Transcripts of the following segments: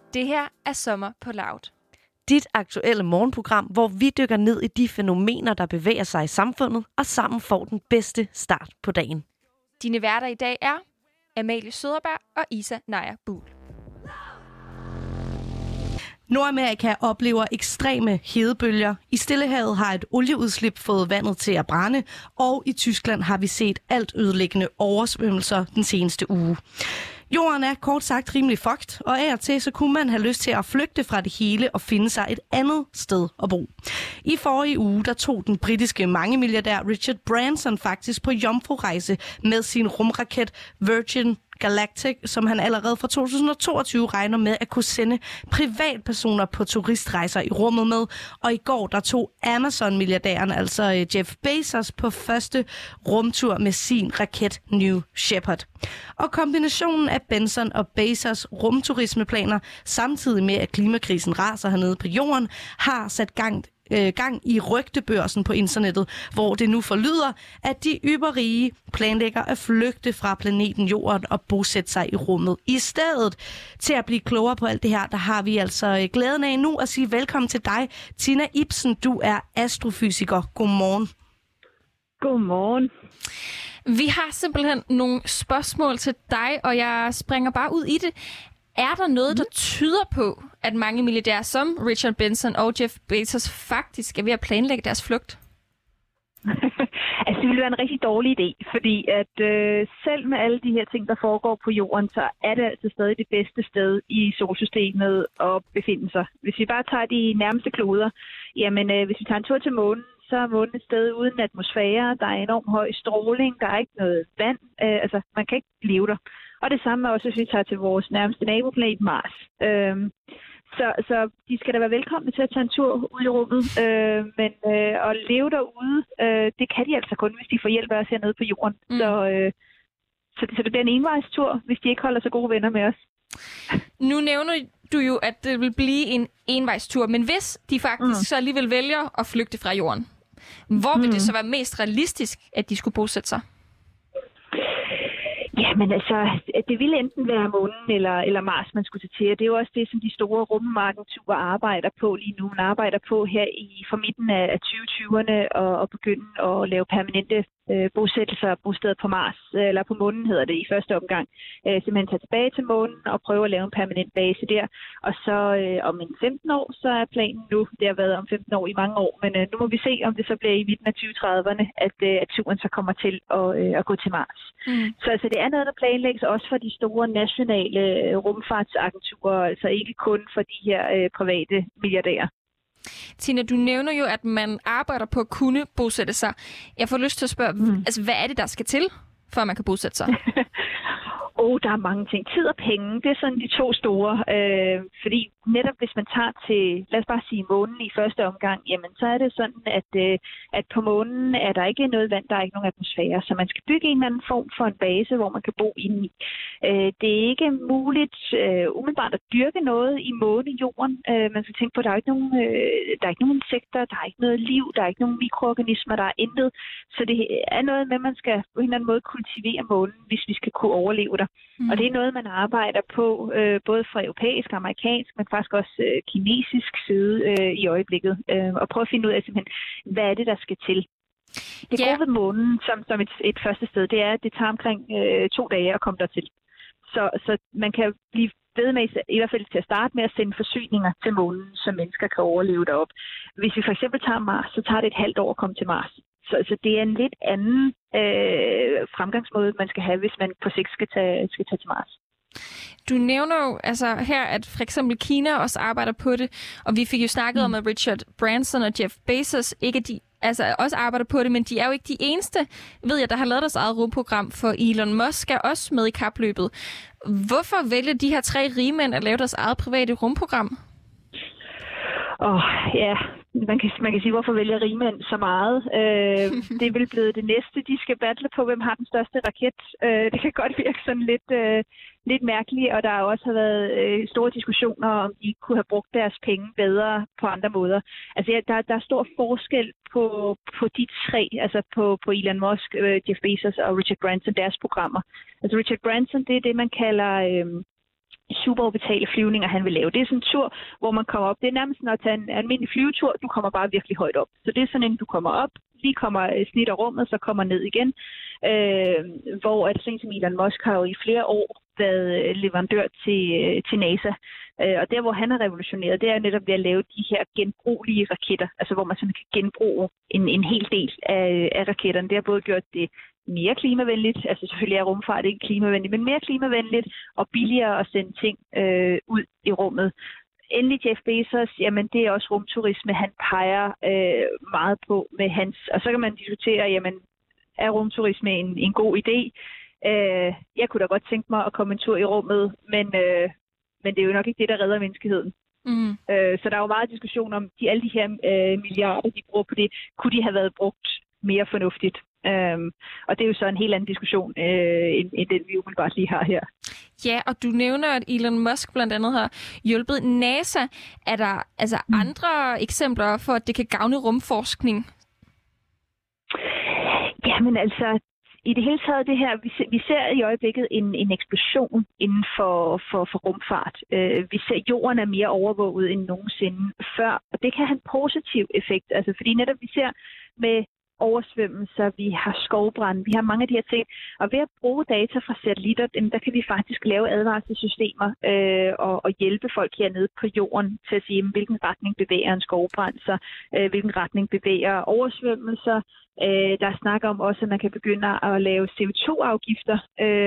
Det her er Sommer på Loud. Dit aktuelle morgenprogram, hvor vi dykker ned i de fænomener, der bevæger sig i samfundet, og sammen får den bedste start på dagen. Dine værter i dag er Amalie Søderberg og Isa Naja Buhl. Nordamerika oplever ekstreme hedebølger. I Stillehavet har et olieudslip fået vandet til at brænde, og i Tyskland har vi set alt ødelæggende oversvømmelser den seneste uge. Jorden er kort sagt rimelig fucked, og af og til så kunne man have lyst til at flygte fra det hele og finde sig et andet sted at bo. I forrige uge der tog den britiske mangemilliardær Richard Branson faktisk på jomfrurejse med sin rumraket Virgin Galactic, som han allerede fra 2022 regner med at kunne sende privatpersoner på turistrejser i rummet med. Og i går der tog Amazon-milliardæren, altså Jeff Bezos, på første rumtur med sin raket New Shepard. Og kombinationen af Benson og Bezos rumturismeplaner, samtidig med at klimakrisen raser hernede på jorden, har sat gang i rygtebørsen på internettet, hvor det nu forlyder, at de ypperrige planlægger at flygte fra planeten Jorden og bosætte sig i rummet. I stedet til at blive klogere på alt det her, der har vi altså glæden af nu at sige velkommen til dig, Tina Ibsen. Du er astrofysiker. Godmorgen. Godmorgen. Vi har simpelthen nogle spørgsmål til dig, og jeg springer bare ud i det. Er der noget, der tyder på, at mange milliardærer som Richard Branson og Jeff Bezos faktisk er ved at planlægge deres flugt? Altså, det ville være en rigtig dårlig idé, fordi at selv med alle de her ting, der foregår på jorden, så er det altså stadig det bedste sted i solsystemet at befinde sig. Hvis vi bare tager de nærmeste kloder, jamen hvis vi tager en tur til månen, så er månen et sted uden atmosfære, der er enormt høj stråling, der er ikke noget vand, altså man kan ikke leve der. Og det samme er også, hvis vi tager til vores nærmeste naboplanet Mars. Så de skal da være velkomne til at tage en tur ud i rummet, men at leve derude, det kan de altså kun, hvis de får hjælp af os hernede på jorden. Så det bliver en envejstur, hvis de ikke holder så gode venner med os. Nu nævner du jo, at det vil blive en envejstur, men hvis de faktisk så alligevel vælger at flygte fra jorden, hvor vil det så være mest realistisk, at de skulle bosætte sig? Jamen altså, det ville enten være månen eller Mars, man skulle tage til. Det er jo også det, som de store rumagenturer arbejder på lige nu. Man arbejder på her fra midten af 2020'erne og begynde at lave permanente bosættelser og bosteder på Mars, eller på månen hedder det i første omgang. Simpelthen tage tilbage til månen og prøve at lave en permanent base der. Og så om en 15 år, så er planen nu, det har været om 15 år i mange år, men nu må vi se, om det så bliver i midten af 2030'erne, at turen så kommer til at gå til Mars. Så altså, det er noget, der planlægges også for de store nationale rumfartsagenturer, altså ikke kun for de her private milliardærer. Tina, du nævner jo, at man arbejder på at kunne bosætte sig. Jeg får lyst til at spørge, altså, hvad er det, der skal til, for at man kan bosætte sig? Der er mange ting. Tid og penge, det er sådan de to store. Fordi netop hvis man tager til, lad os bare sige månen i første omgang, jamen så er det sådan, at på månen er der ikke noget vand, der er ikke nogen atmosfære. Så man skal bygge en eller anden form for en base, hvor man kan bo inde i. Det er ikke muligt umiddelbart at dyrke noget i månejorden. Man skal tænke på, at der er ikke nogen insekter, der er ikke noget liv, der er ikke nogen mikroorganismer, der er intet. Så det er noget med, at man skal på en eller anden måde kultivere månen, hvis vi skal kunne overleve der. Og det er noget, man arbejder på, både fra europæisk og amerikansk, men faktisk også kinesisk side i øjeblikket. Og prøve at finde ud af simpelthen, hvad er det, der skal til. Det gode ved månen som et første sted, det er, at det tager omkring 2 dage at komme dertil. Så man kan blive ved med, i hvert fald til at starte med, at sende forsyninger til månen, så mennesker kan overleve derop. Hvis vi for eksempel tager Mars, så tager det et halvt år at komme til Mars. Så det er en lidt anden fremgangsmåde, man skal have, hvis man på sigt skal tage til Mars. Du nævner jo altså her, at for eksempel Kina også arbejder på det, og vi fik jo snakket om, at Richard Branson og Jeff Bezos også arbejder på det, men de er jo ikke de eneste, ved jeg, der har lavet deres eget rumprogram, for Elon Musk er også med i kapløbet. Hvorfor vælger de her 3 rige mænd at lave deres eget private rumprogram? Man kan sige, hvorfor vælger rigmænd så meget. Det er vel blevet det næste, de skal battle på, hvem har den største raket. Det kan godt virke sådan lidt mærkeligt, og der har også været store diskussioner, om de kunne have brugt deres penge bedre på andre måder. Altså, der er stor forskel på de 3, altså på Elon Musk, Jeff Bezos og Richard Branson, deres programmer. Altså Richard Branson, det er det, man kalder superorbitale flyvninger, han vil lave. Det er sådan en tur, hvor man kommer op. Det er nærmest at tage en almindelig flyvetur. Du kommer bare virkelig højt op. Så det er sådan en, du kommer op, lige kommer snit af rummet, så kommer ned igen. Hvor at sådan som Elon Musk har jo i flere år været leverandør til NASA. Og der, hvor han har revolutioneret, det er netop ved at lave de her genbrugelige raketter. Altså, hvor man sådan kan genbruge en hel del af raketterne. Det har både gjort det mere klimavenligt, altså selvfølgelig er rumfart ikke klimavenligt, men mere klimavenligt og billigere at sende ting ud i rummet. Endelig Jeff Bezos, jamen det er også rumturisme, han peger meget på med hans, og så kan man diskutere, jamen er rumturisme en god idé? Jeg kunne da godt tænke mig at komme en tur i rummet, men det er jo nok ikke det, der redder menneskeheden. Så der er jo meget diskussion om, alle de her milliarder, de bruger på det, kunne de have været brugt mere fornuftigt? Og det er jo så en helt anden diskussion, end den vi umiddelbart lige har her. Ja, og du nævner, at Elon Musk blandt andet har hjulpet NASA. Er der altså andre eksempler for, at det kan gavne rumforskning? Jamen altså, i det hele taget det her, vi ser i øjeblikket en eksplosion inden for rumfart. Vi ser, at jorden er mere overvåget end nogensinde før, og det kan have en positiv effekt. Altså, fordi netop vi ser med oversvømmelser, vi har skovbrand, vi har mange af de her ting. Og ved at bruge data fra satellitter, der kan vi faktisk lave advarselssystemer og hjælpe folk hernede på jorden til at sige, hvilken retning bevæger en skovbrand sig, hvilken retning bevæger oversvømmelser. Der er snak om også, at man kan begynde at lave CO2-afgifter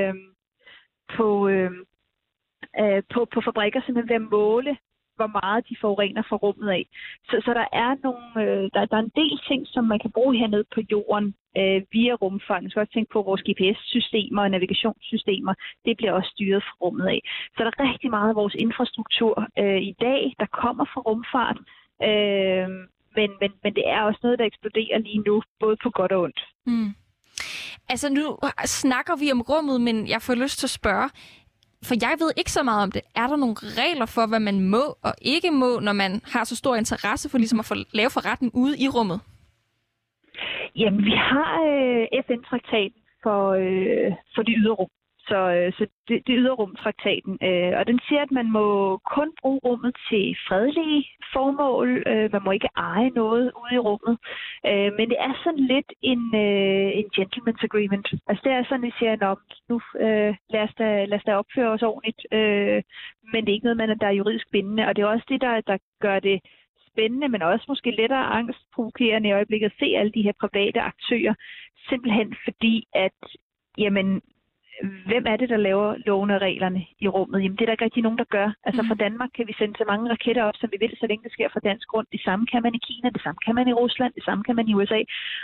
på fabrikker, simpelthen ved at måle, hvor meget de forurener fra rummet af. Så der er der er en del ting, som man kan bruge hernede på jorden via rumfart. Man skal også tænke på vores GPS-systemer og navigationssystemer. Det bliver også styret fra rummet af. Så der er rigtig meget af vores infrastruktur i dag, der kommer fra rumfart. Men det er også noget, der eksploderer lige nu, både på godt og ondt. Altså nu snakker vi om rummet, men jeg får lyst til at spørge, for jeg ved ikke så meget om det. Er der nogle regler for, hvad man må og ikke må, når man har så stor interesse for ligesom at få lave forretning ude i rummet? Jamen, vi har FN-traktaten for det ydre rum. Så det ydre rum-traktaten. Og den siger, at man må kun bruge rummet til fredelige formål. Man må ikke eje noget ude i rummet. Men det er sådan lidt en gentleman's agreement. Altså det er sådan, at vi siger, nu lad os da opføre os ordentligt. Men det er ikke noget, der er juridisk bindende. Og det er også det, der gør det spændende, men også måske lettere angstprovokerende i øjeblikket at se alle de her private aktører. Simpelthen fordi, at jamen, hvem er det, der laver lovene og reglerne i rummet? Jamen, det er der ikke rigtig nogen, der gør. Altså, fra Danmark kan vi sende så mange raketter op, som vi vil, så længe det sker fra dansk grund. Det samme kan man i Kina, det samme kan man i Rusland, det samme kan man i USA.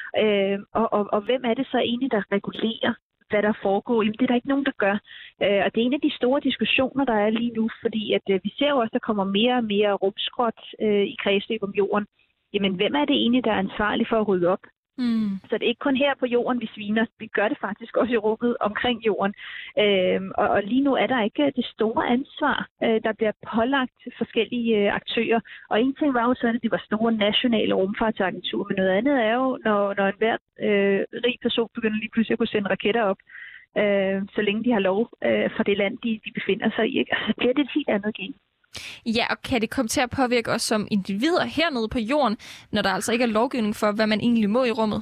Og hvem er det så egentlig, der regulerer, hvad der foregår? Jamen, det er der ikke nogen, der gør. Og det er en af de store diskussioner, der er lige nu, fordi at vi ser jo også, at der kommer mere og mere rumskrot i kredsløb om jorden. Jamen, hvem er det egentlig, der er ansvarlig for at rydde op? Så det er ikke kun her på jorden, vi sviner. Vi gør det faktisk også i rummet omkring jorden. Og lige nu er der ikke det store ansvar, der bliver pålagt til forskellige aktører. Og en ting var jo sådan, at det var store nationale rumfartsagenturer, men noget andet er jo, når enhver rig person begynder lige pludselig at kunne sende raketter op, så længe de har lov fra det land, de befinder sig i. Altså, bliver det et helt andet game. Ja, og kan det komme til at påvirke os som individer hernede på jorden, når der altså ikke er lovgivning for, hvad man egentlig må i rummet?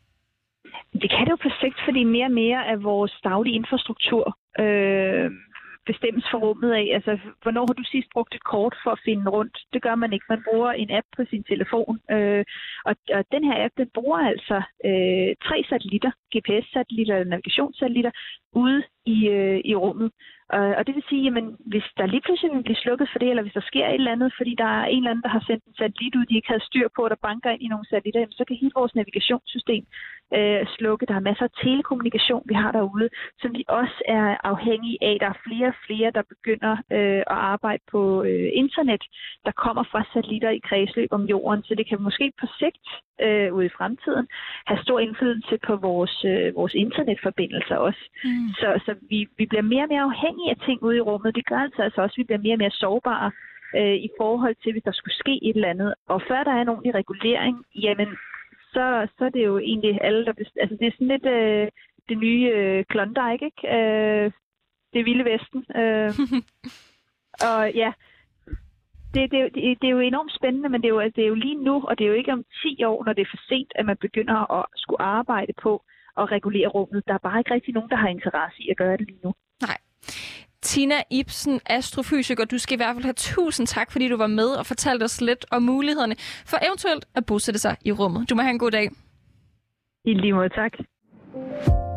Det kan det jo på sigt, fordi mere og mere af vores daglige infrastruktur bestemmes for rummet af. Altså, hvornår har du sidst brugt et kort for at finde rundt? Det gør man ikke. Man bruger en app på sin telefon. Og den her app, den bruger altså 3 satellitter, GPS-satellitter eller navigationssatellitter, ude i rummet. Og det vil sige, at hvis der lige pludselig vil blive slukket for det, eller hvis der sker et eller andet, fordi der er en eller anden, der har sendt en satellit ud, de ikke havde styr på, der banker ind i nogle satellitter, så kan hele vores navigationssystem slukke. Der er masser af telekommunikation, vi har derude, som vi også er afhængige af. Der er flere og flere, der begynder at arbejde på internet, der kommer fra satellitter i kredsløb om jorden, så det kan måske på sigt ude i fremtiden have stor indflydelse på vores internetforbindelser også. Så vi bliver mere og mere afhængige af ting ude i rummet. Det gør altså også, at vi bliver mere og mere sårbare i forhold til, hvis der skulle ske et eller andet. Og før der er en ordentlig regulering, jamen, så er det jo egentlig alle, der... Altså, det er sådan lidt det nye Klondike, ikke? Det vilde vesten. Og ja, det er jo enormt spændende, men det er jo lige nu, og det er jo ikke om 10 år, når det er for sent, at man begynder at skulle arbejde på at regulere rummet. Der er bare ikke rigtig nogen, der har interesse i at gøre det lige nu. Nej. Tina Ibsen, astrofysiker, du skal i hvert fald have 1000 tak, fordi du var med og fortalte os lidt om mulighederne for eventuelt at bosætte sig i rummet. Du må have en god dag. I lige måde, tak.